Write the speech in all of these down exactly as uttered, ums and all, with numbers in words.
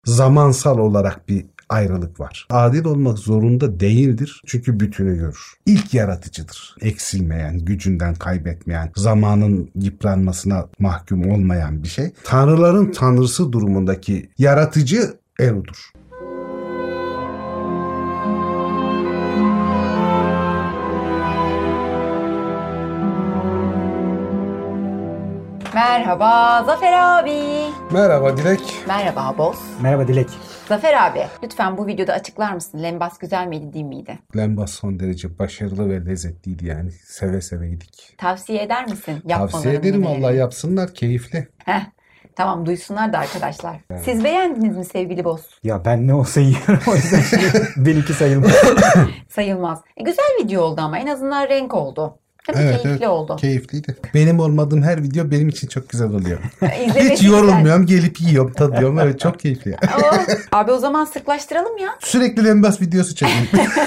zamansal olarak bir ayrılık var. Adil olmak zorunda değildir çünkü bütünü görür. İlk yaratıcıdır. Eksilmeyen, gücünden kaybetmeyen, zamanın yıpranmasına mahkum olmayan bir şey. Tanrıların tanrısı durumundaki yaratıcı Eru'dur. Merhaba Zafer abi. Merhaba Dilek. Merhaba Boz. Merhaba Dilek. Zafer abi, lütfen bu videoda açıklar mısın? Lembas güzel miydi, değil miydi? Lembas son derece başarılı ve lezzetliydi yani. Seve seve yedik. Tavsiye eder misin? Tavsiye ederim, vallahi yapsınlar, keyifli. Heh. Tamam, duysunlar da arkadaşlar. Evet. Siz beğendiniz mi sevgili Boz? Ya ben ne olsa yiyorum, o yüzden benimki sayılmaz. Sayılmaz. E, güzel video oldu ama en azından renk oldu. Tabii evet, keyifli evet, oldu. Keyifliydi. Benim olmadığım her video benim için çok güzel oluyor. Hiç yorulmuyorum, gelip yiyorum, tadıyorum. Evet, çok keyifli. Abi o zaman sıklaştıralım ya. Sürekli Lembas videosu çekeyim.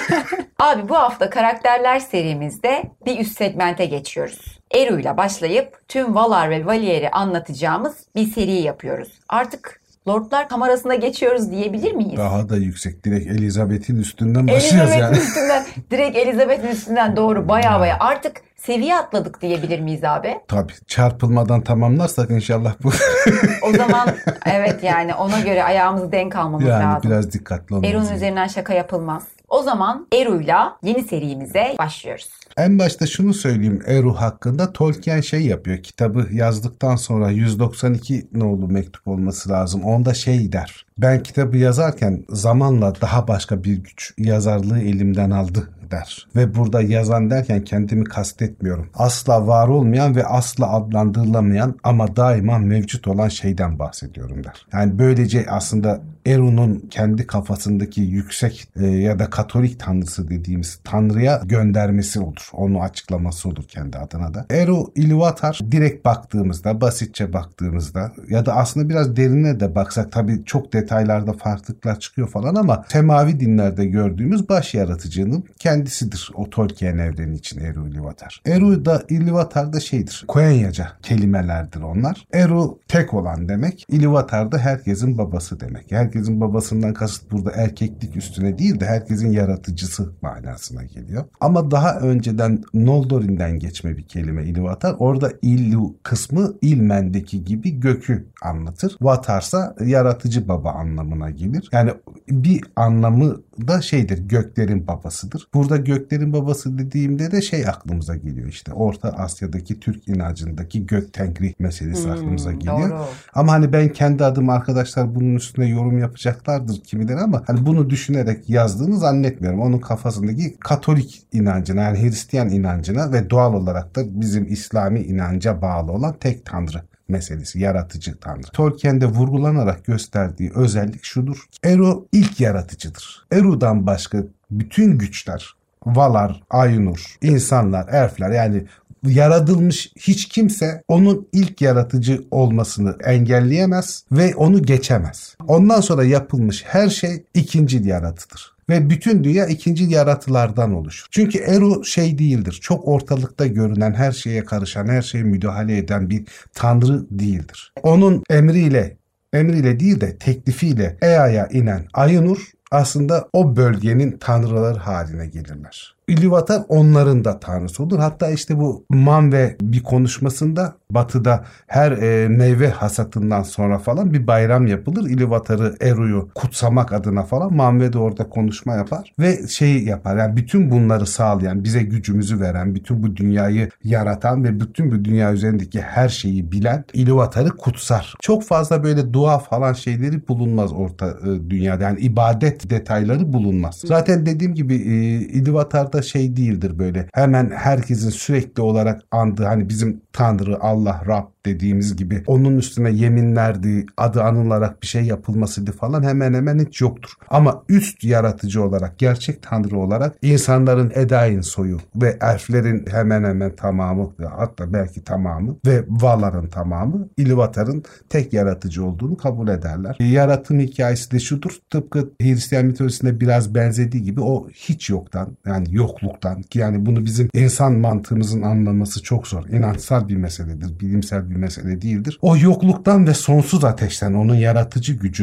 Abi bu hafta karakterler serimizde bir üst segmente geçiyoruz. Eru ile başlayıp tüm Valar ve Valier'i anlatacağımız bir seri yapıyoruz. Artık Lordlar kamerasına geçiyoruz diyebilir miyiz? Daha da yüksek. Direkt Elizabeth'in üstünden başlıyoruz yani. Elizabeth'in üstünden. Direkt Elizabeth'in üstünden doğru. Baya baya. Artık seviye atladık diyebilir miyiz abi? Tabii. Çarpılmadan tamamlarsak inşallah bu. O zaman evet, yani ona göre ayağımızı denk almamız yani lazım. biraz dikkatli olmamız Eru'nun lazım. üzerinden şaka yapılmaz. O zaman Eru'yla yeni serimize başlıyoruz. En başta şunu söyleyeyim Eru hakkında. Tolkien şey yapıyor. Kitabı yazdıktan sonra yüz doksan iki nolu mektup olması lazım. Onda şey der. Ben kitabı yazarken zamanla daha başka bir güç yazarlığı elimden aldı der. Ve burada yazan derken kendimi kastetmiyorum. Asla var olmayan ve asla adlandırılamayan ama daima mevcut olan şeyden bahsediyorum der. Yani böylece aslında Eru'nun kendi kafasındaki yüksek e, ya da Katolik tanrısı dediğimiz tanrıya göndermesi olur. Onu açıklaması olur kendi adına da. Eru Ilúvatar direkt baktığımızda, basitçe baktığımızda ya da aslında biraz derine de baksak, tabii çok detaylarda farklılıklar çıkıyor falan ama semavi dinlerde gördüğümüz baş yaratıcının kendisidir o Tolkien evreni için Eru Ilúvatar. Eru da Ilúvatar da şeydir. Quenya kelimelerdir onlar. Eru tek olan demek. Ilúvatar da herkesin babası demek. Herkesin babasından kasıt burada erkeklik üstüne değil de herkesin yaratıcısı manasına geliyor. Ama daha önceden Noldorin'den geçme bir kelime Ilúvatar. Orada Illu kısmı ilmendeki gibi gökü anlatır. Vatarsa yaratıcı baba anlamına gelir. Yani bir anlamı da şeydir, göklerin babasıdır. Burada göklerin babası dediğimde de şey aklımıza geliyor işte. Orta Asya'daki Türk inancındaki gök tengri meselesi hmm, aklımıza geliyor. Doğru. Ama hani ben kendi adım, arkadaşlar bunun üstüne yorum yapacaklardır kimileri ama hani bunu düşünerek yazdığını zannetmiyorum. Onun kafasındaki Katolik inancına, yani Hristiyan inancına ve doğal olarak da bizim İslami inanca bağlı olan tek tanrı meselesi, yaratıcı tanrı. Tolkien'de vurgulanarak gösterdiği özellik şudur. Eru ilk yaratıcıdır. Eru'dan başka bütün güçler, Valar, Ainur, insanlar, elfler, yani yaratılmış hiç kimse onun ilk yaratıcı olmasını engelleyemez ve onu geçemez. Ondan sonra yapılmış her şey ikincil yaratıdır. Ve bütün dünya ikinci yaratılardan oluşur. Çünkü Eru şey değildir. Çok ortalıkta görünen, her şeye karışan, her şeye müdahale eden bir tanrı değildir. Onun emriyle, emriyle değil de teklifiyle Ea'ya inen Ainur aslında o bölgenin tanrıları haline gelirler. Ilúvatar onların da tanrısı olur. Hatta işte bu Manwe bir konuşmasında batıda her e, meyve hasatından sonra falan bir bayram yapılır. Ilúvatar'ı, Eru'yu kutsamak adına falan Manwe de orada konuşma yapar ve şeyi yapar. Yani bütün bunları sağlayan, bize gücümüzü veren, bütün bu dünyayı yaratan ve bütün bu dünya üzerindeki her şeyi bilen Ilúvatar'ı kutsar. Çok fazla böyle dua falan şeyleri bulunmaz orta e, dünyada. Yani ibadet detayları bulunmaz. Zaten dediğim gibi e, Ilúvatar da şey değildir böyle. Hemen herkesin sürekli olarak andığı, hani bizim Tanrı, Allah, Rab dediğimiz gibi onun üstüne yemin verdiği, adı anılarak bir şey yapılmasıydı falan hemen hemen hiç yoktur. Ama üst yaratıcı olarak, gerçek Tanrı olarak insanların Edain soyu ve elflerin hemen hemen tamamı, hatta belki tamamı ve Valar'ın tamamı Ilúvatar'ın tek yaratıcı olduğunu kabul ederler. Yaratım hikayesi de şudur. Tıpkı Hristiyan mitolojisinde biraz benzediği gibi o hiç yoktan, yani yokluktan, ki yani bunu bizim insan mantığımızın anlaması çok zor. İnançsal bir meseledir, bilimsel bir mesele değildir. O yokluktan ve sonsuz ateşten, onun yaratıcı gücünden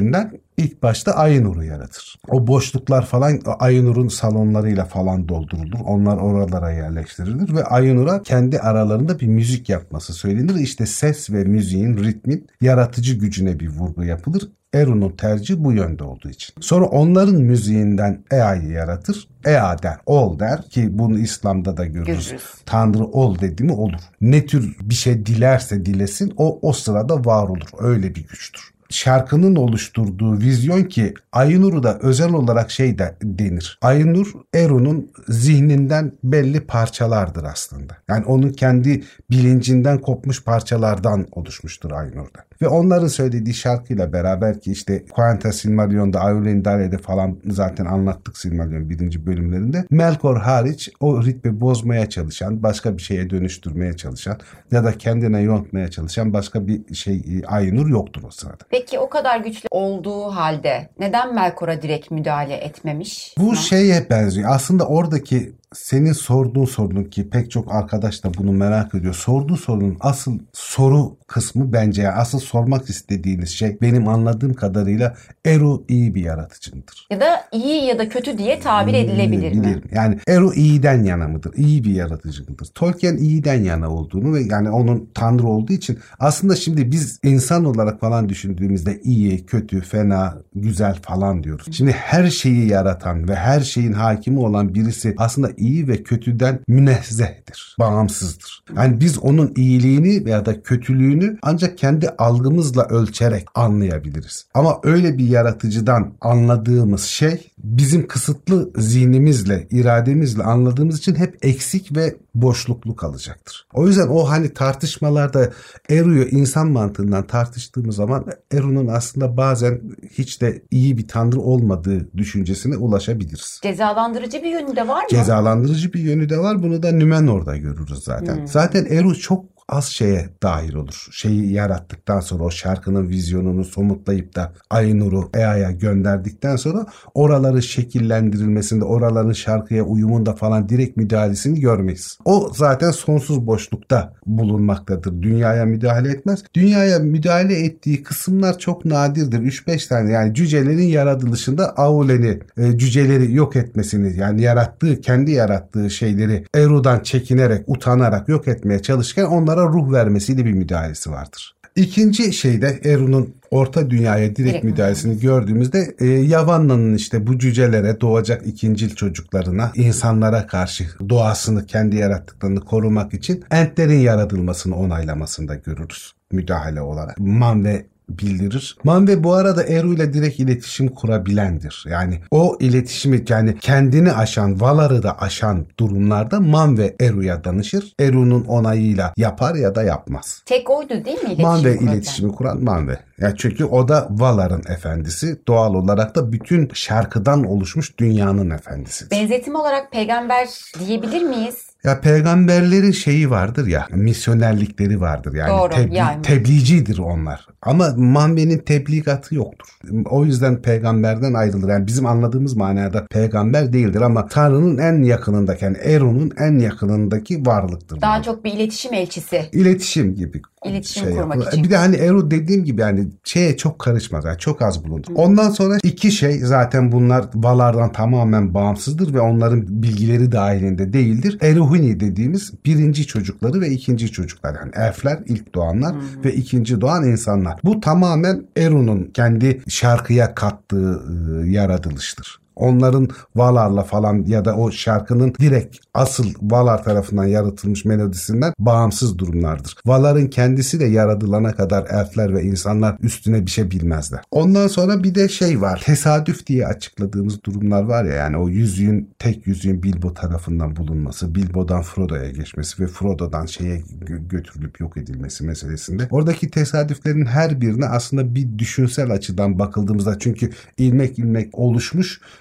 İlk başta Ainur'u yaratır. O boşluklar falan Ainur'un salonlarıyla falan doldurulur. Onlar oralara yerleştirilir ve Ainur'a kendi aralarında bir müzik yapması söylenir. İşte ses ve müziğin, ritmin yaratıcı gücüne bir vurgu yapılır. Eru'nun tercihi bu yönde olduğu için. Sonra onların müziğinden Ea'yı yaratır. Ea der, ol der ki bunu İslam'da da görürüz. Görürüz. Tanrı ol dedi mi olur. Ne tür bir şey dilerse dilesin o o sırada var olur. Öyle bir güçtür. Şarkının oluşturduğu vizyon ki Ainur'u da özel olarak şey de denir. Ainur Eru'nun zihninden belli parçalardır aslında. Yani onun kendi bilincinden kopmuş parçalardan oluşmuştur Ainur'da. Ve onların söylediği şarkıyla beraber ki işte Quenta Silmarillion'da, Aurelian Dale'de falan zaten anlattık Silmarillion birinci bölümlerinde. Melkor hariç o ritmi bozmaya çalışan, başka bir şeye dönüştürmeye çalışan ya da kendine yontmaya çalışan başka bir şey Ainur yoktur o sırada. Peki o kadar güçlü olduğu halde neden Melkor'a direkt müdahale etmemiş? Bu Ha? şeye benziyor. Aslında oradaki senin sorduğun sorunun ki pek çok arkadaş da bunu merak ediyor. Sorduğu sorunun asıl soru kısmı bence yani asıl sormak istediğiniz şey benim anladığım kadarıyla Eru iyi bir yaratıcıdır. Ya da iyi ya da kötü diye tabir edilebilir mi? Bilirim. Yani Eru iyiden yana mıdır? İyi bir yaratıcı mıdır? Tolkien iyiden yana olduğunu ve yani onun tanrı olduğu için aslında şimdi biz insan olarak falan düşündüğümüzde iyi, kötü, fena, güzel falan diyoruz. Şimdi her şeyi yaratan ve her şeyin hakimi olan birisi aslında iyi ve kötüden münezzehtir, bağımsızdır. Yani biz onun iyiliğini veya da kötülüğünü ancak kendi algımızla ölçerek anlayabiliriz. Ama öyle bir yaratıcıdan anladığımız şey bizim kısıtlı zihnimizle, irademizle anladığımız için hep eksik ve boşluklu kalacaktır. O yüzden o hani tartışmalarda Eru'yu insan mantığından tartıştığımız zaman Eru'nun aslında bazen hiç de iyi bir tanrı olmadığı düşüncesine ulaşabiliriz. Cezalandırıcı bir yönü de var mı? Cezalandırıcı bir yönü de var. Bunu da Numenor'da görürüz zaten. Hmm. Zaten Eru çok az şeye dahil olur. Şeyi yarattıktan sonra o şarkının vizyonunu somutlayıp da Ainur'u Ea'ya gönderdikten sonra oraların şekillendirilmesinde, oraların şarkıya uyumunda falan direkt müdahalesini görmeyiz. O zaten sonsuz boşlukta bulunmaktadır. Dünyaya müdahale etmez. Dünyaya müdahale ettiği kısımlar çok nadirdir. üç beş tane yani cücelerin yaratılışında Aulen'i, e, cüceleri yok etmesini yani yarattığı, kendi yarattığı şeyleri Eru'dan çekinerek, utanarak yok etmeye çalışırken onlara ruh vermesiyle bir müdahalesi vardır. İkinci şeyde Eru'nun Orta Dünya'ya direkt, direkt müdahalesini gördüğümüzde e, Yavanna'nın işte bu cücelere doğacak ikincil çocuklarına insanlara karşı doğasını kendi yarattıklarını korumak için Entlerin yaratılmasını onaylamasında görürüz müdahale olarak. Manwe bildirir. Manwe bu arada Eru ile direkt iletişim kurabilendir. Yani o iletişimi yani kendini aşan, Valar'ı da aşan durumlarda Manwe Eru'ya danışır. Eru'nun onayıyla yapar ya da yapmaz. Tek oydu değil mi iletişim Manwe kurabilen? iletişimi kuran Manwe. Yani çünkü o da Valar'ın efendisi. Doğal olarak da bütün şarkıdan oluşmuş dünyanın efendisidir. Benzetim olarak peygamber diyebilir miyiz? Ya peygamberlerin şeyi vardır ya, misyonerlikleri vardır yani, Doğru, tebliğ, yani. tebliğcidir onlar. Ama Manwe'nin tebligatı yoktur. O yüzden peygamberden ayrılır. Yani bizim anladığımız manada peygamber değildir ama Tanrı'nın en yakınındaki yani Eru'nun en yakınındaki varlıktır. Daha Manwe. çok bir iletişim elçisi. İletişim gibi. İletişim şey kurmak yapılır. için. Bir de hani Eru dediğim gibi yani şeye çok karışmaz. Yani çok az bulunur. Hı. Ondan sonra iki şey zaten bunlar Valar'dan tamamen bağımsızdır ve onların bilgileri dahilinde değildir. Eruhuni dediğimiz birinci çocukları ve ikinci çocuklar. Yani elfler ilk doğanlar Hı. ve ikinci doğan insanlar. Bu tamamen Eru'nun kendi şarkıya kattığı e, yaratılıştır. Onların Valar'la falan ya da o şarkının direkt asıl Valar tarafından yaratılmış melodisinden bağımsız durumlardır. Valar'ın kendisi de yaratılana kadar elfler ve insanlar üstüne bir şey bilmezler. Ondan sonra bir de şey var. Tesadüf diye açıkladığımız durumlar var ya yani o yüzüğün tek yüzüğün Bilbo tarafından bulunması, Bilbo'dan Frodo'ya geçmesi ve Frodo'dan şeye gö- götürülüp yok edilmesi meselesinde. Oradaki tesadüflerin her birine aslında bir düşünsel açıdan bakıldığımızda çünkü ilmek ilmek oluşmuş ve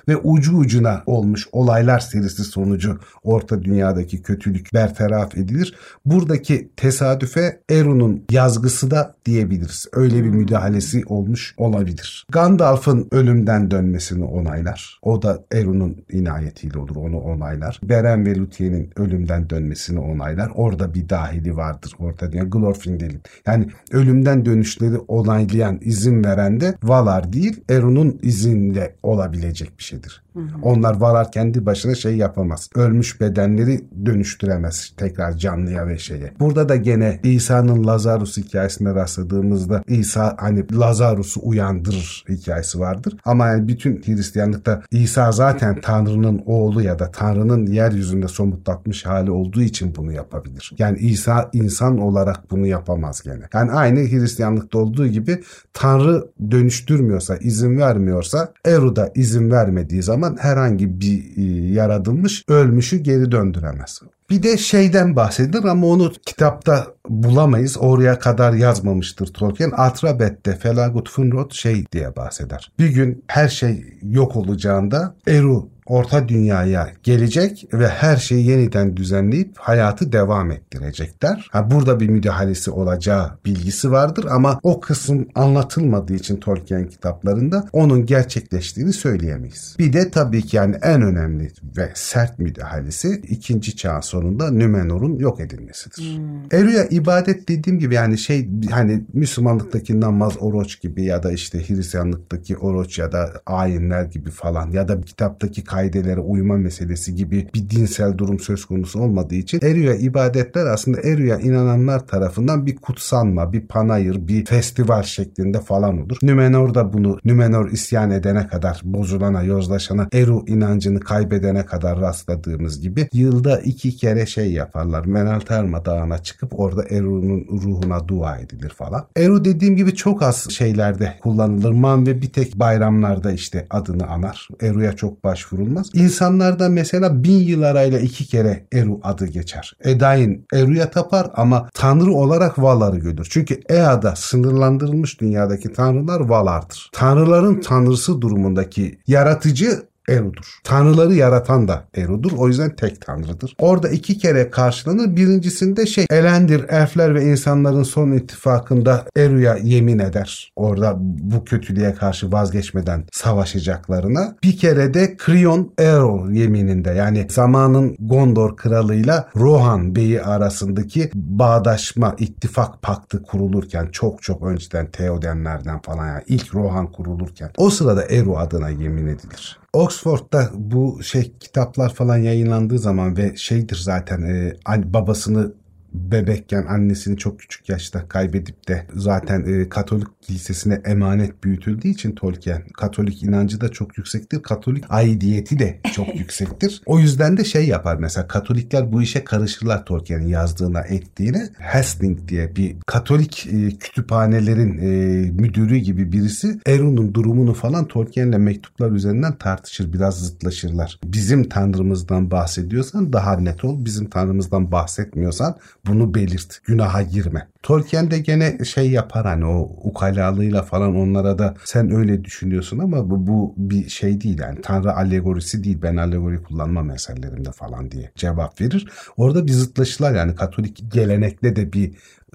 ve ucu ucuna olmuş olaylar serisi sonucu Orta Dünya'daki kötülük bertaraf edilir. Buradaki tesadüfe Eru'nun yazgısı da diyebiliriz. Öyle bir müdahalesi olmuş olabilir. Gandalf'ın ölümden dönmesini onaylar. O da Eru'nun inayetiyle olur, onu onaylar. Beren ve Luthie'nin ölümden dönmesini onaylar. Orada bir dahili vardır. Orta Dünya, Glorfindel'in. Yani ölümden dönüşleri onaylayan, izin veren de Valar değil, Eru'nun izinle olabilecek bir şeydir. Hı hı. Onlar Valar kendi başına şey yapamaz. Ölmüş bedenleri dönüştüremez tekrar canlıya ve şeye. Burada da gene İsa'nın Lazarus hikayesinde rastladığımızda İsa hani Lazarus'u uyandırır hikayesi vardır. Ama yani bütün Hristiyanlıkta İsa zaten Tanrı'nın oğlu ya da Tanrı'nın yeryüzünde somutlatmış hali olduğu için bunu yapabilir. Yani İsa insan olarak bunu yapamaz gene. Yani aynı Hristiyanlıkta olduğu gibi Tanrı dönüştürmüyorsa, izin vermiyorsa, Eru da izin vermediği zaman herhangi bir yaratılmış ölmüşü geri döndüremez. Bir de şeyden bahsedilir ama onu kitapta bulamayız. Oraya kadar yazmamıştır Tolkien. Atrabet'te Felagut Funrod şey diye bahseder. Bir gün her şey yok olacağında Eru Orta Dünya'ya gelecek ve her şeyi yeniden düzenleyip hayatı devam ettirecekler. Ha, burada bir müdahalesi olacağı bilgisi vardır ama o kısım anlatılmadığı için Tolkien kitaplarında onun gerçekleştiğini söyleyemeyiz. Bir de tabii ki yani en önemli ve sert müdahalesi ikinci çağın sonunda Nümenor'un yok edilmesidir. Hmm. Eru'ya ibadet dediğim gibi yani şey hani Müslümanlıktaki namaz, oruç gibi ya da işte Hristiyanlıktaki oruç ya da ayinler gibi falan ya da kitaptaki kaidelere uyma meselesi gibi bir dinsel durum söz konusu olmadığı için Eru'ya ibadetler aslında Eru'ya inananlar tarafından bir kutsanma, bir panayır, bir festival şeklinde falan olur. Nümenor da bunu Nümenor isyan edene kadar, bozulana, yozlaşana, Eru inancını kaybedene kadar rastladığımız gibi yılda iki kere şey yaparlar. Menalterma Dağı'na çıkıp orada Eru'nun ruhuna dua edilir falan. Eru dediğim gibi çok az şeylerde kullanılır. Man ve bir tek bayramlarda işte adını anar. Eru'ya çok başvurulmaz. İnsanlarda mesela bin yıl arayla iki kere Eru adı geçer. Edain Eru'ya tapar ama tanrı olarak Valar'ı görür. Çünkü Ea'da sınırlandırılmış dünyadaki tanrılar Valar'dır. Tanrıların tanrısı durumundaki yaratıcı Eru'dur. Tanrıları yaratan da Eru'dur. O yüzden tek tanrıdır. Orada iki kere karşılanır. Birincisinde şey Elendir, elfler ve insanların son ittifakında Eru'ya yemin eder. Orada bu kötülüğe karşı vazgeçmeden savaşacaklarına. Bir kere de Krion Eru yemininde yani zamanın Gondor kralıyla Rohan beyi arasındaki bağdaşma, ittifak paktı kurulurken çok çok önceden Theodenlerden falan yani ilk Rohan kurulurken o sırada Eru adına yemin edilir. Oxford'da bu şey kitaplar falan yayınlandığı zaman ve şeydir zaten e, babasını bebekken annesini çok küçük yaşta kaybedip de zaten e, Katolik kilisesine emanet büyütüldüğü için Tolkien Katolik inancı da çok yüksektir. Katolik aidiyeti de çok yüksektir. O yüzden de şey yapar mesela Katolikler bu işe karışırlar Tolkien'in yazdığına ettiğine. Hastings diye bir Katolik e, kütüphanelerin e, müdürü gibi birisi Eru'nun durumunu falan Tolkien'le mektuplar üzerinden tartışır. Biraz zıtlaşırlar. Bizim tanrımızdan bahsediyorsan daha net ol. Bizim tanrımızdan bahsetmiyorsan bunu belirt. Günaha girme. Tolkien de gene şey yapar hani o ukalalığıyla falan onlara da sen öyle düşünüyorsun ama bu, bu bir şey değil yani tanrı alegorisi değil ben alegori kullanma meselelerimde falan diye cevap verir. Orada bir zıtlaşılar yani Katolik gelenekle de bir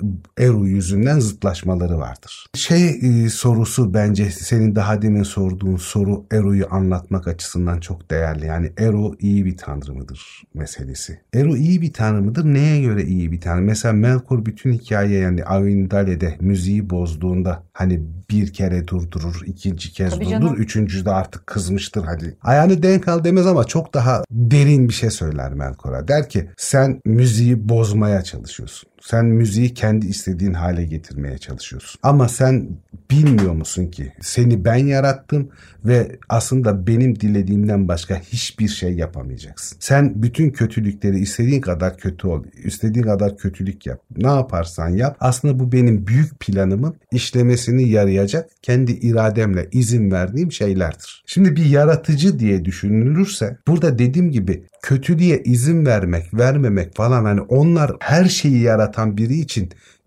Eru yüzünden zıtlaşmaları vardır. Şey e, sorusu bence senin daha demin sorduğun soru Eru'yu anlatmak açısından çok değerli. Yani Eru iyi bir tanrı mıdır meselesi. Eru iyi bir tanrı mıdır? Neye göre iyi bir tanrı? Mesela Melkor bütün hikaye yani Arundhale'de müziği bozduğunda hani bir kere durdurur, ikinci kez Tabii durdurur, canım. Üçüncüde artık kızmıştır hadi. Ayağını denk al demez ama çok daha derin bir şey söyler Melkor'a. Der ki sen müziği bozmaya çalışıyorsun. Sen müziği kendi istediğin hale getirmeye çalışıyorsun. Ama sen bilmiyor musun ki seni ben yarattım ve aslında benim dilediğimden başka hiçbir şey yapamayacaksın. Sen bütün kötülükleri istediğin kadar kötü ol, istediğin kadar kötülük yap. Ne yaparsan yap. Aslında bu benim büyük planımın işlemesini yarayacak kendi irademle izin verdiğim şeylerdir. Şimdi bir yaratıcı diye düşünülürse burada dediğim gibi kötülüğe izin vermek, vermemek falan hani onlar her şeyi yaratan biri için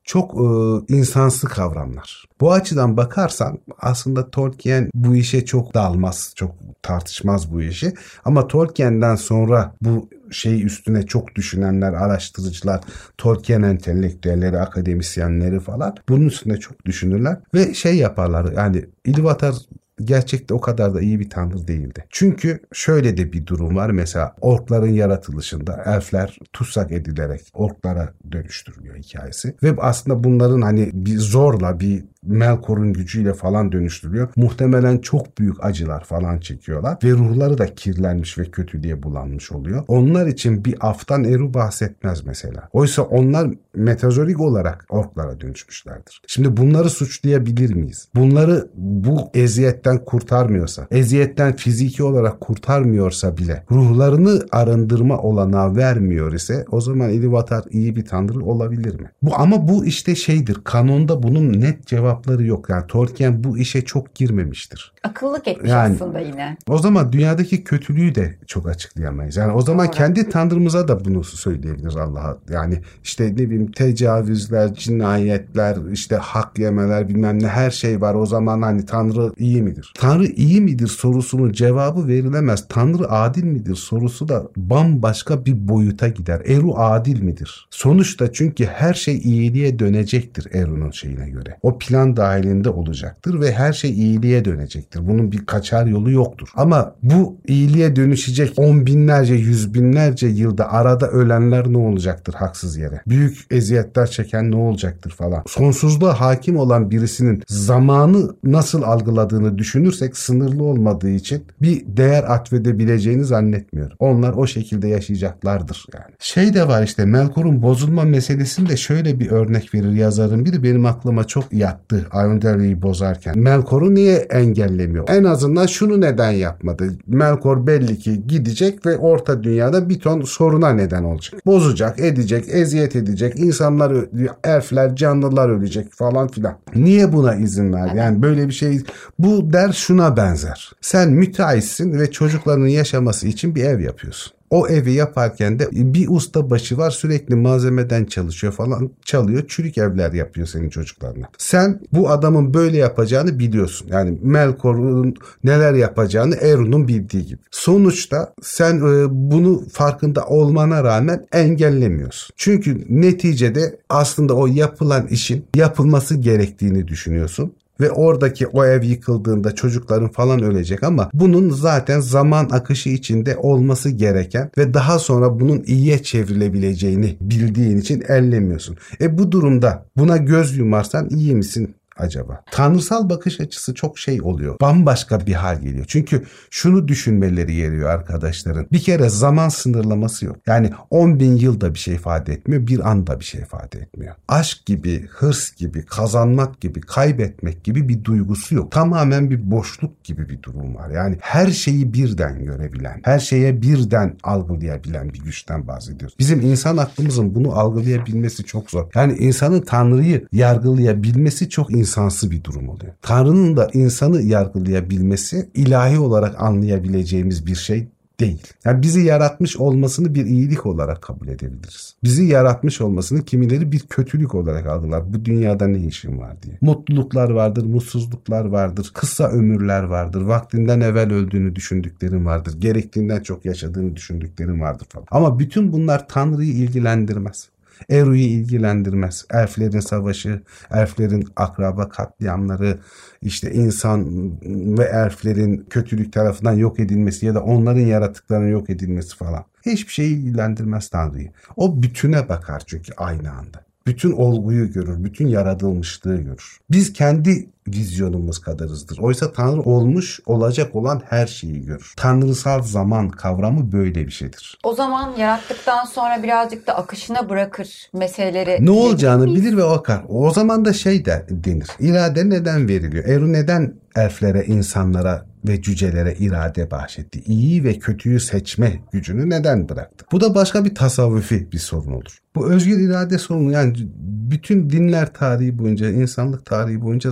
çok e, insansı kavramlar. Bu açıdan bakarsan aslında Tolkien bu işe çok dalmaz, çok tartışmaz bu işi. Ama Tolkien'den sonra bu şey üstüne çok düşünenler, araştırıcılar, Tolkien entelektüelleri, akademisyenleri falan bunun üstüne çok düşünürler ve şey yaparlar. Yani Ilúvatar gerçekte o kadar da iyi bir tanrı değildi. Çünkü şöyle de bir durum var. Mesela orkların yaratılışında elfler tutsak edilerek orklara dönüştürülüyor hikayesi. Ve aslında bunların hani bir zorla, bir Melkor'un gücüyle falan dönüştürülüyor. Muhtemelen çok büyük acılar falan çekiyorlar. Ve ruhları da kirlenmiş ve kötülüğe bulanmış oluyor. Onlar için bir aftan Eru bahsetmez mesela. Oysa onlar metazorik olarak orklara dönüşmüşlerdir. Şimdi bunları suçlayabilir miyiz? Bunları bu eziyetten kurtarmıyorsa, eziyetten fiziki olarak kurtarmıyorsa bile ruhlarını arındırma olanağı vermiyor ise o zaman Ilúvatar iyi bir tanrı olabilir mi? Bu ama bu işte şeydir. Kanonda bunun net cevapları yok. Yani Tolkien bu işe çok girmemiştir. Akıllık etmiş yani, aslında yine. O zaman dünyadaki kötülüğü de çok açıklayamayız. Yani o zaman Doğru. kendi tanrımıza da bunu söyleyebiliriz Allah'a. Yani işte ne bileyim tecavüzler, cinayetler, işte hak yemeler bilmem ne her şey var. O zaman hani tanrı iyi midir? Tanrı iyi midir sorusunun cevabı verilemez. Tanrı adil midir sorusu da bambaşka bir boyuta gider. Eru adil midir? Sonuçta çünkü her şey iyiliğe dönecektir Eru'nun şeyine göre. O plan dahilinde olacaktır ve her şey iyiliğe dönecektir. Bunun bir kaçar yolu yoktur. Ama bu iyiliğe dönüşecek on binlerce, yüz binlerce yılda arada ölenler ne olacaktır haksız yere? Büyük eziyetler çeken ne olacaktır falan. Sonsuzluğa hakim olan birisinin zamanı nasıl algıladığını düşünürsek sınırlı olmadığı için bir değer atfedebileceğini zannetmiyorum. Onlar o şekilde yaşayacaklardır yani. Şey de var işte Melkor'un bozulma meselesinde şöyle bir örnek verir yazarın biri benim aklıma çok yattı Arundhali'yi bozarken. Melkor'u niye engellemiyor? En azından şunu neden yapmadı? Melkor belli ki gidecek ve orta dünyada bir ton soruna neden olacak. Bozacak, edecek, eziyet edecek, insanlar, elfler, canlılar ölecek falan filan. Niye buna izin ver? Yani böyle bir şey, bu der şuna benzer. Sen müteahhitsin ve çocuklarının yaşaması için bir ev yapıyorsun. O evi yaparken de bir ustabaşı var sürekli malzemeden çalışıyor falan çalıyor çürük evler yapıyor senin çocuklarına. Sen bu adamın böyle yapacağını biliyorsun. Yani Melkor'un neler yapacağını Eru'nun bildiği gibi. Sonuçta sen e, bunu farkında olmana rağmen engellemiyorsun. Çünkü neticede aslında o yapılan işin yapılması gerektiğini düşünüyorsun. Ve oradaki o ev yıkıldığında çocukların falan ölecek ama bunun zaten zaman akışı içinde olması gereken ve daha sonra bunun iyiye çevrilebileceğini bildiğin için ellemiyorsun. E bu durumda buna göz yumarsan iyi misin acaba? Tanrısal bakış açısı çok şey oluyor. Bambaşka bir hal geliyor. Çünkü şunu düşünmeleri geliyor arkadaşların. Bir kere zaman sınırlaması yok. Yani on bin yılda bir şey ifade etmiyor. Bir anda bir şey ifade etmiyor. Aşk gibi, hırs gibi, kazanmak gibi, kaybetmek gibi bir duygusu yok. Tamamen bir boşluk gibi bir durum var. Yani her şeyi birden görebilen, her şeye birden algılayabilen bir güçten bahsediyoruz. Bizim insan aklımızın bunu algılayabilmesi çok zor. Yani insanın Tanrı'yı yargılayabilmesi çok insan insansı bir durum oluyor. Tanrı'nın da insanı yargılayabilmesi ilahi olarak anlayabileceğimiz bir şey değil. Yani bizi yaratmış olmasını bir iyilik olarak kabul edebiliriz. Bizi yaratmış olmasını kimileri bir kötülük olarak algılar. Bu dünyada ne işin var diye. Mutluluklar vardır, mutsuzluklar vardır, kısa ömürler vardır, vaktinden evvel öldüğünü düşündüklerin vardır, gerektiğinden çok yaşadığını düşündüklerin vardır falan. Ama bütün bunlar Tanrı'yı ilgilendirmez. Eru'yu ilgilendirmez. Elflerin savaşı, elflerin akraba katliamları, işte insan ve elflerin kötülük tarafından yok edilmesi ya da onların yaratıklarının yok edilmesi falan. Hiçbir şey ilgilendirmez Tanrı'yı. O bütüne bakar çünkü aynı anda. Bütün olguyu görür, bütün yaratılmışlığı görür. Biz kendi vizyonumuz kadarızdır. Oysa Tanrı olmuş, olacak olan her şeyi görür. Tanrısal zaman kavramı böyle bir şeydir. O zaman yarattıktan sonra birazcık da akışına bırakır meseleleri. Ne olacağını bilir ve akar. O zaman da şey de denir. İrade neden veriliyor? Eru neden elflere, insanlara ve cücelere irade bahşetti? İyiyi ve kötüyü seçme gücünü neden bıraktı? Bu da başka bir tasavvufi bir sorun olur. Bu özgür irade sorunu yani bütün dinler tarihi boyunca, insanlık tarihi boyunca zaten hani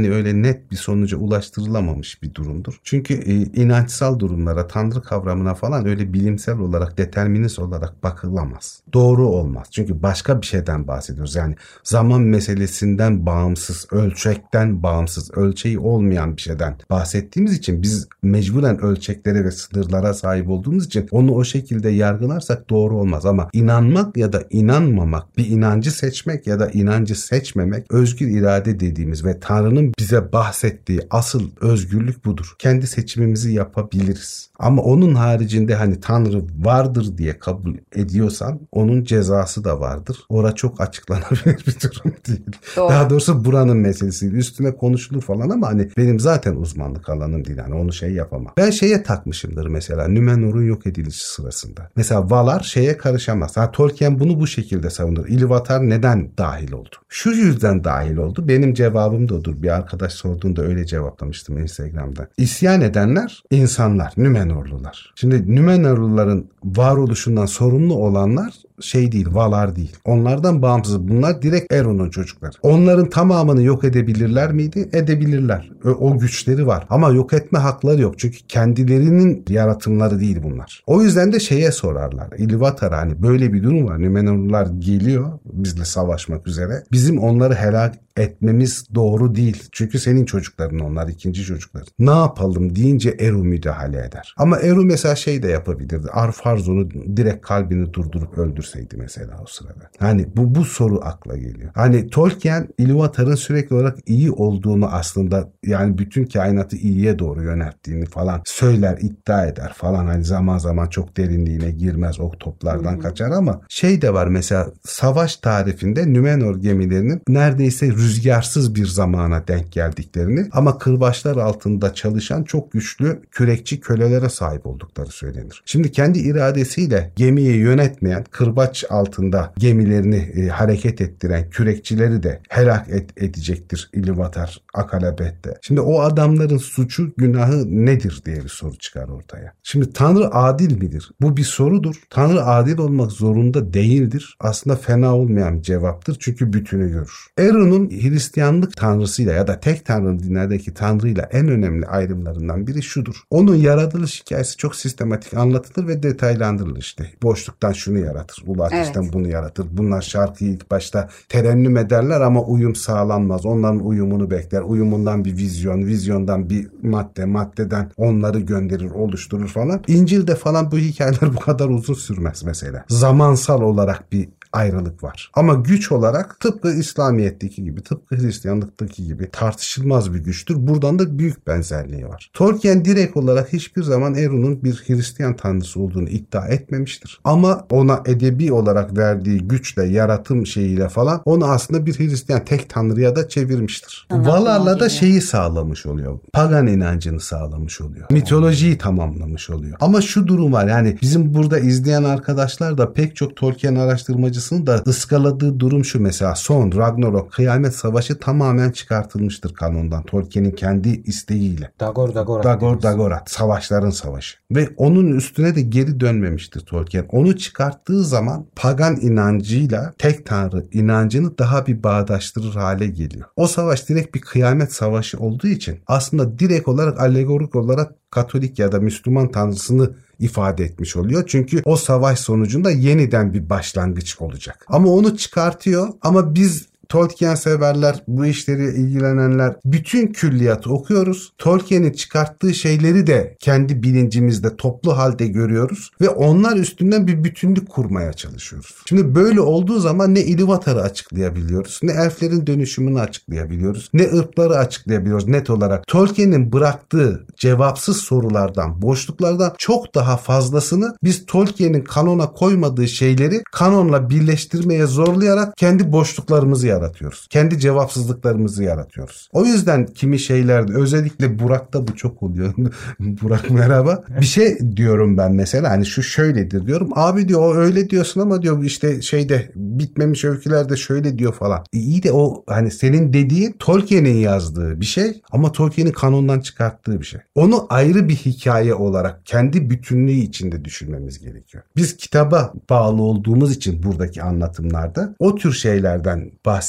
hani öyle net bir sonuca ulaştırılamamış bir durumdur. Çünkü e, inançsal durumlara, tanrı kavramına falan öyle bilimsel olarak, determinist olarak bakılamaz. Doğru olmaz. Çünkü başka bir şeyden bahsediyoruz. Yani zaman meselesinden bağımsız, ölçekten bağımsız, ölçeği olmayan bir şeyden bahsettiğimiz için biz mecburen ölçeklere ve sınırlara sahip olduğumuz için onu o şekilde yargılarsak doğru olmaz. Ama inanmak ya da inanmamak, bir inancı seçmek ya da inancı seçmemek özgür irade dediğimiz ve Tanrı'nın bize bahsettiği asıl özgürlük budur. Kendi seçimimizi yapabiliriz. Ama onun haricinde hani Tanrı vardır diye kabul ediyorsan onun cezası da vardır. Orada çok açıklanabilir bir durum değil. Doğru. Daha doğrusu buranın meselesi. Üstüne konuşulur falan ama hani benim zaten uzmanlık alanım değil. Hani onu şey yapamam. Ben şeye takmışımdır mesela. Numenor'un yok edilişi sırasında. Mesela Valar şeye karışamaz. Ha, Tolkien bunu bu şekilde savunur. Ilúvatar neden dahil oldu? Şu yüzden dahil oldu. Benim cevabım da odur. Bir arkadaş sorduğunda öyle cevaplamıştım Instagram'da. İsyan edenler insanlar. Numenorlular. Şimdi Numenorluların varoluşundan sorumlu olanlar şey değil, Valar değil. Onlardan bağımsız. Bunlar direkt Eron'un çocukları. Onların tamamını yok edebilirler miydi? Edebilirler. O, o güçleri var. Ama yok etme hakları yok. Çünkü kendilerinin yaratımları değil bunlar. O yüzden de şeye sorarlar. Ilúvatar'a hani böyle bir durum var. Numenorlular geliyor bizle savaşmak üzere. Bizim onları helak etmemiz doğru değil. Çünkü senin çocukların onlar, ikinci çocukların. Ne yapalım deyince Eru müdahale eder. Ama Eru mesela şey de yapabilirdi. Ar-Pharazôn'u direkt kalbini durdurup öldürseydi mesela o sırada. Hani bu bu soru akla geliyor. Hani Tolkien Ilúvatar'ın sürekli olarak iyi olduğunu aslında yani bütün kainatı iyiye doğru yönelttiğini falan söyler, iddia eder falan. Hani zaman zaman çok derinliğine girmez, o toplardan Hı-hı. kaçar ama şey de var mesela savaş tarifinde Numenor gemilerinin neredeyse rüzgarsız bir zamana denk geldiklerini ama kırbaçlar altında çalışan çok güçlü kürekçi kölelere sahip oldukları söylenir. Şimdi kendi iradesiyle gemiyi yönetmeyen, kırbaç altında gemilerini e, hareket ettiren kürekçileri de helak et, edecektir Ilúvatar Akalabet'te. Şimdi o adamların suçu, günahı nedir diye bir soru çıkar ortaya. Şimdi Tanrı adil midir? Bu bir sorudur. Tanrı adil olmak zorunda değildir. Aslında fena olmayan bir cevaptır. Çünkü bütünü görür. Eron'un Hristiyanlık tanrısıyla ya da tek tanrı dinlerdeki tanrıyla en önemli ayrımlarından biri şudur. Onun yaratılış hikayesi çok sistematik anlatılır ve detaylandırılır işte. Boşluktan şunu yaratır, ulu ateşten evet. bunu yaratır. Bunlar şarkıyı ilk başta terennüm ederler ama uyum sağlanmaz. Onların uyumunu bekler. Uyumundan bir vizyon, vizyondan bir madde, maddeden onları gönderir, oluşturur falan. İncil'de falan bu hikayeler bu kadar uzun sürmez mesela. Zamansal olarak bir ayrılık var. Ama güç olarak tıpkı İslamiyet'teki gibi, tıpkı Hristiyanlık'taki gibi tartışılmaz bir güçtür. Buradan da büyük benzerliği var. Tolkien direkt olarak hiçbir zaman Eru'nun bir Hristiyan tanrısı olduğunu iddia etmemiştir. Ama ona edebi olarak verdiği güçle, yaratım şeyiyle falan onu aslında bir Hristiyan tek tanrıya da çevirmiştir. Valar'la da şeyi sağlamış oluyor. Pagan inancını sağlamış oluyor. Mitolojiyi tamamlamış oluyor. Ama şu durum var yani bizim burada izleyen arkadaşlar da pek çok Tolkien araştırmacı da ıskaladığı durum şu mesela son Ragnarok Kıyamet Savaşı tamamen çıkartılmıştır kanondan Tolkien'in kendi isteğiyle. Dagor Dagorat. Dagor Dagorat. Savaşların savaşı. Ve onun üstüne de geri dönmemiştir Tolkien. Onu çıkarttığı zaman pagan inancıyla tek tanrı inancını daha bir bağdaştırır hale geliyor. O savaş direkt bir kıyamet savaşı olduğu için aslında direkt olarak alegorik olarak Katolik ya da Müslüman tanrısını ifade etmiş oluyor. Çünkü o savaş sonucunda yeniden bir başlangıç olacak. Ama onu çıkartıyor ama biz Tolkien severler, bu işleri ilgilenenler bütün külliyatı okuyoruz. Tolkien'in çıkarttığı şeyleri de kendi bilincimizde toplu halde görüyoruz ve onlar üstünden bir bütünlük kurmaya çalışıyoruz. Şimdi böyle olduğu zaman ne Ilúvatar'ı açıklayabiliyoruz, ne elflerin dönüşümünü açıklayabiliyoruz, ne ırkları açıklayabiliyoruz net olarak. Tolkien'in bıraktığı cevapsız sorulardan, boşluklardan çok daha fazlasını biz Tolkien'in kanona koymadığı şeyleri kanonla birleştirmeye zorlayarak kendi boşluklarımızı yaratıyoruz. yaratıyoruz. Kendi cevapsızlıklarımızı yaratıyoruz. O yüzden kimi şeylerde özellikle Burak'ta bu çok oluyor. Burak merhaba. Bir şey diyorum ben mesela hani şu şöyledir diyorum. Abi diyor o öyle diyorsun ama diyor işte şeyde bitmemiş öykülerde şöyle diyor falan. E iyi de o hani senin dediğin Tolkien'in yazdığı bir şey ama Tolkien'in kanondan çıkarttığı bir şey. Onu ayrı bir hikaye olarak kendi bütünlüğü içinde düşünmemiz gerekiyor. Biz kitaba bağlı olduğumuz için buradaki anlatımlarda o tür şeylerden bahsediyoruz.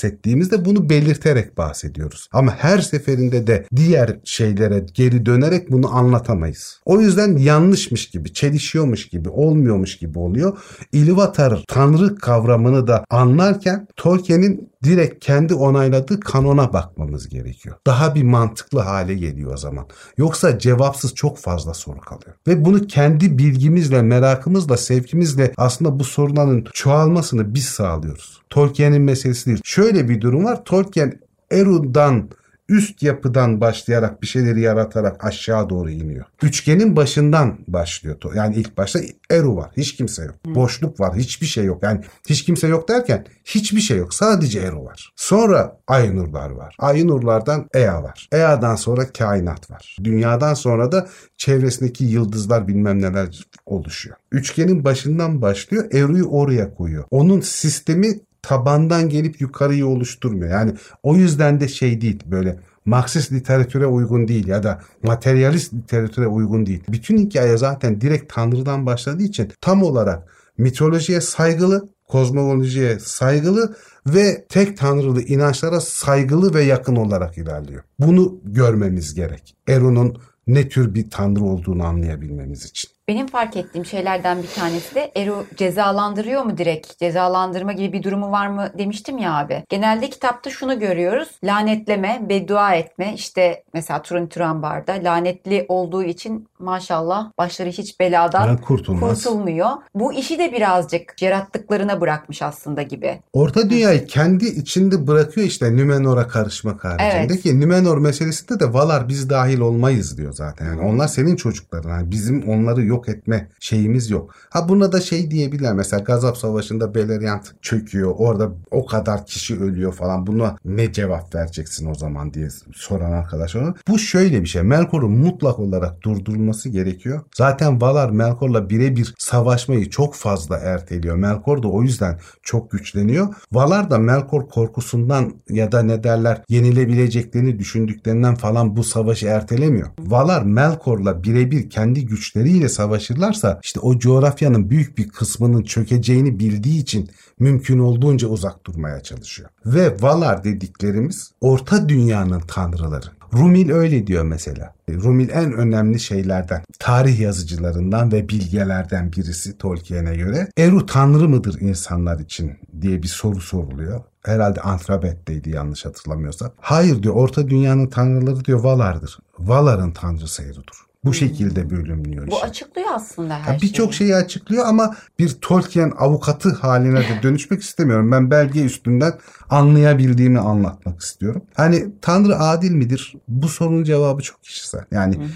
bahsettiğimizde bunu belirterek bahsediyoruz. Ama her seferinde de diğer şeylere geri dönerek bunu anlatamayız. O yüzden yanlışmış gibi, çelişiyormuş gibi, olmuyormuş gibi oluyor. İlúvatar tanrı kavramını da anlarken Tolkien'in direkt kendi onayladığı kanona bakmamız gerekiyor. Daha bir mantıklı hale geliyor o zaman. Yoksa cevapsız çok fazla soru kalıyor. Ve bunu kendi bilgimizle, merakımızla, sevgimizle aslında bu sorunların çoğalmasını biz sağlıyoruz. Tolkien'in meselesi değil. Şöyle bir durum var. Tolkien Eru'dan, üst yapıdan başlayarak bir şeyleri yaratarak aşağı doğru iniyor. Üçgenin başından başlıyor. Yani ilk başta Eru var. Hiç kimse yok. Hmm. Boşluk var. Hiçbir şey yok. Yani hiç kimse yok derken hiçbir şey yok. Sadece Eru var. Sonra Ainurlar var. Ainurlardan Ea var. Ea'dan sonra kainat var. Dünyadan sonra da çevresindeki yıldızlar bilmem neler oluşuyor. Üçgenin başından başlıyor. Eru'yu oraya koyuyor. Onun sistemi tabandan gelip yukarıyı oluşturmuyor. Yani o yüzden de şey değil, böyle Marksist literatüre uygun değil ya da materyalist literatüre uygun değil. Bütün hikaye zaten direkt Tanrı'dan başladığı için tam olarak mitolojiye saygılı, kozmolojiye saygılı ve tek tanrılı inançlara saygılı ve yakın olarak ilerliyor. Bunu görmemiz gerek. Eru'nun ne tür bir tanrı olduğunu anlayabilmemiz için. Benim fark ettiğim şeylerden bir tanesi de Eru cezalandırıyor mu direkt? Cezalandırma gibi bir durumu var mı demiştim ya abi. Genelde kitapta şunu görüyoruz. Lanetleme, beddua etme. İşte mesela Turin Turambar'da lanetli olduğu için maşallah başları hiç beladan kurtulmuyor. Bu işi de birazcık yarattıklarına bırakmış aslında gibi. Orta Dünya'yı kendi içinde bırakıyor işte Nümenor'a karışmak haricinde evet. Ki Nümenor meselesinde de Valar biz dahil olmayız diyor zaten. Yani onlar senin çocukların. Yani bizim onları yok etme şeyimiz yok. Ha buna da şey diyebilirler. Mesela Gazap Savaşı'nda Beleriand çöküyor. Orada o kadar kişi ölüyor falan. Buna ne cevap vereceksin o zaman diye soran arkadaş ona. Bu şöyle bir şey. Melkor'un mutlak olarak durdurulması gerekiyor. Zaten Valar Melkor'la birebir savaşmayı çok fazla erteliyor. Melkor da o yüzden çok güçleniyor. Valar da Melkor korkusundan ya da ne derler yenilebileceklerini düşündüklerinden falan bu savaşı ertelemiyor. Valar Melkor'la birebir kendi güçleriyle savaşırlarsa işte o coğrafyanın büyük bir kısmının çökeceğini bildiği için mümkün olduğunca uzak durmaya çalışıyor. Ve Valar dediklerimiz Orta Dünya'nın tanrıları. Rumil öyle diyor mesela. Rumil en önemli şeylerden, tarih yazıcılarından ve bilgelerden birisi Tolkien'e göre. Eru tanrı mıdır insanlar için diye bir soru soruluyor. Herhalde Antrabet'teydi yanlış hatırlamıyorsam. Hayır diyor, Orta Dünya'nın tanrıları diyor Valar'dır. Valar'ın tanrısı Eru'dur. Bu şekilde bölümlüyor Bu işte. açıklıyor aslında her şeyi. Birçok şeyi açıklıyor ama bir Tolkien avukatı haline de dönüşmek istemiyorum. Ben belge üstünden anlayabildiğimi anlatmak istiyorum. Hani Tanrı adil midir? Bu sorunun cevabı çok kişisel. Yani hı hı.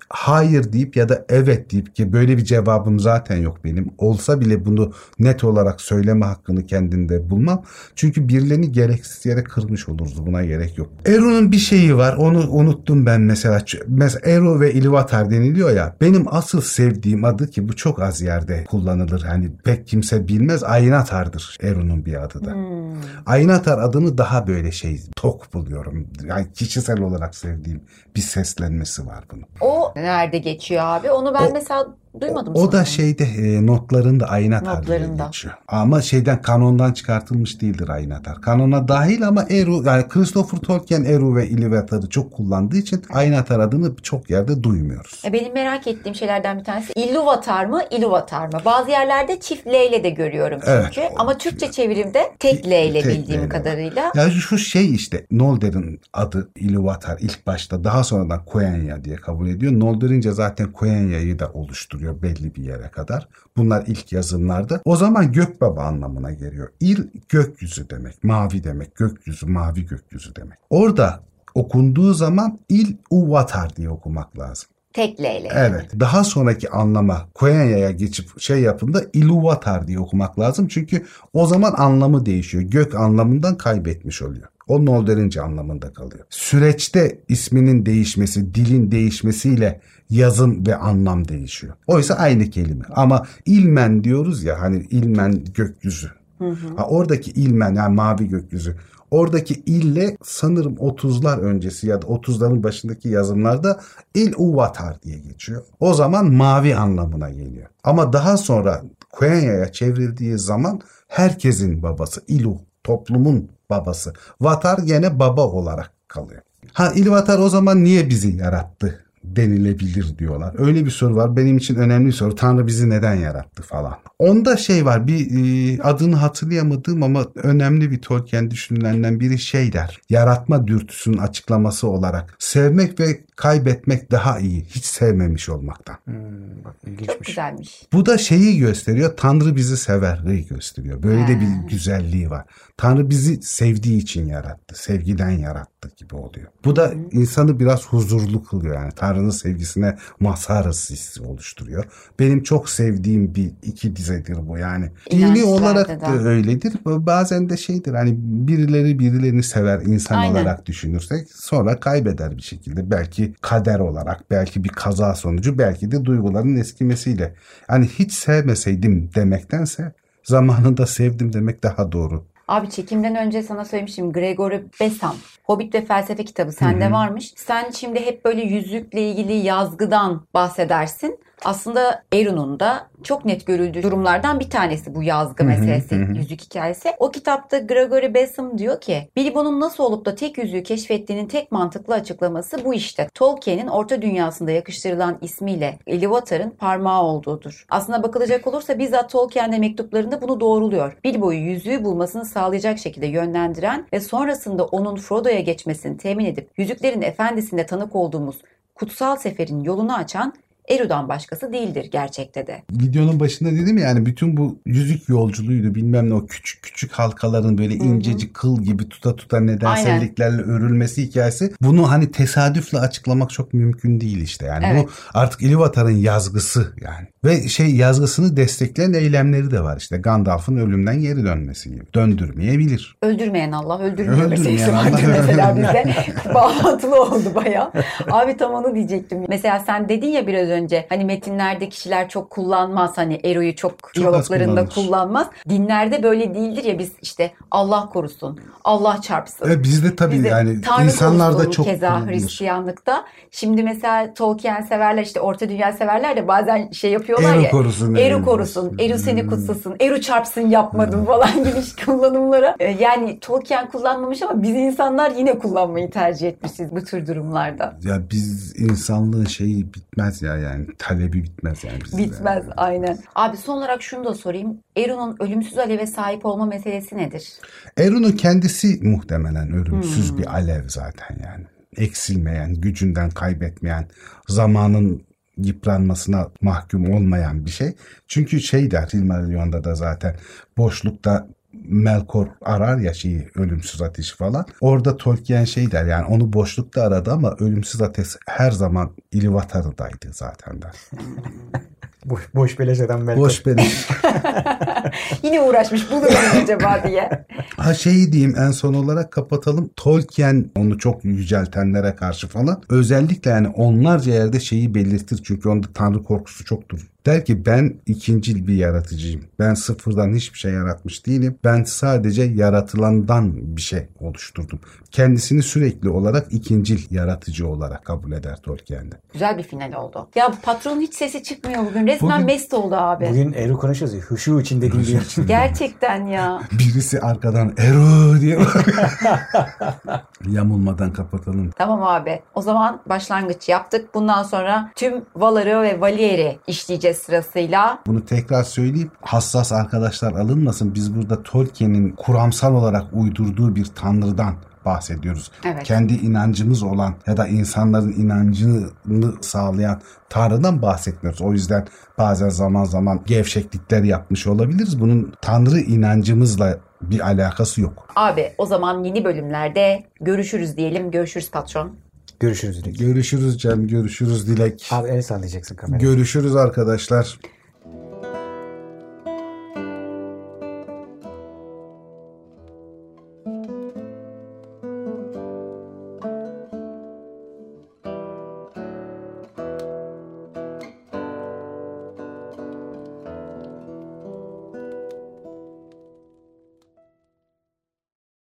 hayır deyip ya da evet deyip ki böyle bir cevabım zaten yok benim. Olsa bile bunu net olarak söyleme hakkını kendinde bulmam. Çünkü birilerini gereksiz yere kırmış oluruz. Buna gerek yok. Eru'nun bir şeyi var. Onu unuttum ben mesela. Mesela Eru ve İlúvatar deniliyor ya. Benim asıl sevdiğim adı ki bu çok az yerde kullanılır. Hani pek kimse bilmez. Ainatar'dır Eru'nun bir adı da. Hmm. Ainatar adını daha böyle şey tok buluyorum. Yani kişisel olarak sevdiğim bir seslenmesi var bunun. O nerede geçiyor abi? Onu ben o, mesela duymadım. O, o da şeyde e, notlarında Ainatar diye geçiyor. Ama şeyden kanondan çıkartılmış değildir Ainatar. Kanona dahil ama Eru yani Christopher Tolkien Eru ve İlúvatar'ı çok kullandığı için Ainatar adını çok yerde duymuyoruz. E benim merak ettiğim şeylerden bir tanesi İlúvatar mı İlúvatar mı? Bazı yerlerde çift L ile de görüyorum çünkü. Evet, ama Türkçe ya. Çevirimde tek L ile tek bildiğim L kadarıyla. Ya şu şey işte Noldor'un adı İlúvatar ilk başta daha sonradan Quenya diye kabul ediyor. Noldor'unca zaten Quenya'yı da oluşturuyor belli bir yere kadar. Bunlar ilk yazımlarda. O zaman gökbaba anlamına geliyor. İl gökyüzü demek. Mavi demek. Gökyüzü, mavi gökyüzü demek. Orada okunduğu zaman İlúvatar diye okumak lazım. Tek L ile. Evet. Daha sonraki anlama Quenya'ya geçip şey yapında İlúvatar diye okumak lazım. Çünkü o zaman anlamı değişiyor. Gök anlamından kaybetmiş oluyor. O Noldor'unca anlamında kalıyor. Süreçte isminin değişmesi, dilin değişmesiyle yazım ve anlam değişiyor. Oysa aynı kelime. Ama ilmen diyoruz ya hani ilmen gökyüzü. Hı hı. Ha, oradaki ilmen yani mavi gökyüzü. Oradaki ille sanırım otuzlar öncesi ya da otuzların başındaki yazımlarda İlúvatar diye geçiyor. O zaman mavi anlamına geliyor. Ama daha sonra Quenya'ya çevrildiği zaman herkesin babası İlu, toplumun babası. Vatar gene baba olarak kalıyor. Ha İlvatar o zaman niye bizi yarattı denilebilir diyorlar. Öyle bir soru var. Benim için önemli bir soru. Tanrı bizi neden yarattı falan. Onda şey var. Bir e, adını hatırlayamadığım ama önemli bir Tolkien düşünülenden biri şey der. Yaratma dürtüsünün açıklaması olarak sevmek ve kaybetmek daha iyi. Hiç sevmemiş olmaktan. Hmm, bak, Çok güzelmiş. Bu da şeyi gösteriyor. Tanrı bizi severliği gösteriyor. Böyle He. bir güzelliği var. Tanrı bizi sevdiği için yarattı. Sevgiden yarattı gibi oluyor. Bu da insanı biraz huzurlu kılıyor. Yani Tanrı'nın sevgisine mazharız hissi oluşturuyor. Benim çok sevdiğim bir iki dizedir bu yani. Dini İnançlarda olarak da. da öyledir. Bazen de şeydir hani birileri birilerini sever insan Aynen. olarak düşünürsek sonra kaybeder bir şekilde. Belki kader olarak, belki bir kaza sonucu, belki de duyguların eskimesiyle. Yani hiç sevmeseydim demektense zamanında sevdim demek daha doğru. Abi çekimden önce sana söylemiştim. Gregory Besam. Hobbit ve Felsefe kitabı sende varmış. Sen şimdi hep böyle yüzükle ilgili yazgıdan bahsedersin. Aslında Eru'nun da çok net görüldüğü durumlardan bir tanesi bu yazgı meselesi, yüzük hikayesi. O kitapta Gregory Besam diyor ki Bilbo'nun nasıl olup da tek yüzüğü keşfettiğinin tek mantıklı açıklaması bu işte. Tolkien'in Orta Dünyası'nda yakıştırılan ismiyle Ilúvatar'ın parmağı olduğudur. Aslında bakılacak olursa bizzat Tolkien de mektuplarında bunu doğruluyor. Bilbo'yu yüzüğü bulmasını sağlayacak şekilde yönlendiren ve sonrasında onun Frodo'ya geçmesini temin edip Yüzüklerin Efendisi'nde tanık olduğumuz kutsal seferin yolunu açan Eru'dan başkası değildir gerçekte de. Videonun başında dedim ya yani bütün bu yüzük yolculuğuydu bilmem ne o küçük küçük halkaların böyle incecik kıl gibi tuta tuta nedenselliklerle örülmesi hikayesi. Bunu hani tesadüfle açıklamak çok mümkün değil işte yani. Evet. Bu artık Ilúvatar'ın yazgısı yani. Ve şey yazgısını destekleyen eylemleri de var işte. Gandalf'ın ölümden geri dönmesi gibi. Döndürmeyebilir. Öldürmeyen Allah öldürmüyor Öldürmeyen meselesi Allah. vardı mesela bizde. Bağlantılı oldu bayağı. Abi tam onu diyecektim. Mesela sen dedin ya biraz önce hani metinlerde kişiler çok kullanmaz. Hani Eru'yu çok az diyaloglarında kullanır. kullanmaz. Dinlerde böyle değildir ya biz işte Allah korusun, Allah çarpsın. E bizde tabii Bizde yani Tanrı insanlar da korusun çok keza kullanılır. Hristiyanlıkta. Şimdi mesela Tolkien severler işte Orta Dünya severler de bazen şey yapıyorlar Eru ya. korusun, Eru Eru korusun. Eru seni kutsasın. Eru çarpsın yapmadın falan gibi kullanımlara. E, Yani Tolkien kullanmamış ama biz insanlar yine kullanmayı tercih etmişiz bu tür durumlarda. Ya biz insanlığın şeyi bitmez ya yani talebi bitmez yani bizde. Bitmez aynen. Abi son olarak şunu da sorayım. Eru'nun ölümsüz aleve sahip olma meselesi nedir? Eru'nun kendisi muhtemelen ölümsüz bir alev zaten yani. Eksilmeyen, gücünden kaybetmeyen, zamanın yıpranmasına mahkum olmayan bir şey. Çünkü şey der Silmarillion'da da zaten boşlukta Melkor arar ya şeyi ölümsüz ateşi falan. Orada Tolkien şey der yani onu boşlukta aradı ama ölümsüz ateş her zaman Ilúvatar'daydı zaten der. Boş, boş beleş eden belki. Boş beleş. Yine uğraşmış bulur mu acaba diye. Ha şeyi diyeyim en son olarak kapatalım. Tolkien onu çok yüceltenlere karşı falan özellikle yani onlarca yerde şeyi belirtir. Çünkü onda tanrı korkusu çoktur. Der ki ben ikincil bir yaratıcıyım. Ben sıfırdan hiçbir şey yaratmış değilim. Ben sadece yaratılandan bir şey oluşturdum. Kendisini sürekli olarak ikincil yaratıcı olarak kabul eder Tolkien'de. Güzel bir final oldu. Ya patronun hiç sesi çıkmıyor bugün. Resmen Bugün- mest oldu abi. Bugün Eru konuşuyoruz ya. Huşu içinde dinliyor. Gerçekten ya. Birisi arkadan Eru diye yamulmadan kapatalım. Tamam abi. O zaman başlangıç yaptık. Bundan sonra tüm Valar'ı ve Valier'i işleyeceğiz sırasıyla. Bunu tekrar söyleyeyim. Hassas arkadaşlar alınmasın. Biz burada Tolkien'in kuramsal olarak uydurduğu bir tanrıdan bahsediyoruz. Evet. Kendi inancımız olan ya da insanların inancını sağlayan Tanrı'dan bahsetmiyoruz. O yüzden bazen zaman zaman gevşeklikler yapmış olabiliriz. Bunun Tanrı inancımızla bir alakası yok. Abi o zaman yeni bölümlerde görüşürüz diyelim. Görüşürüz patron. Görüşürüz. Dilek. Görüşürüz Cem, görüşürüz Dilek. Abi el sallayacaksın kameraya. Görüşürüz arkadaşlar.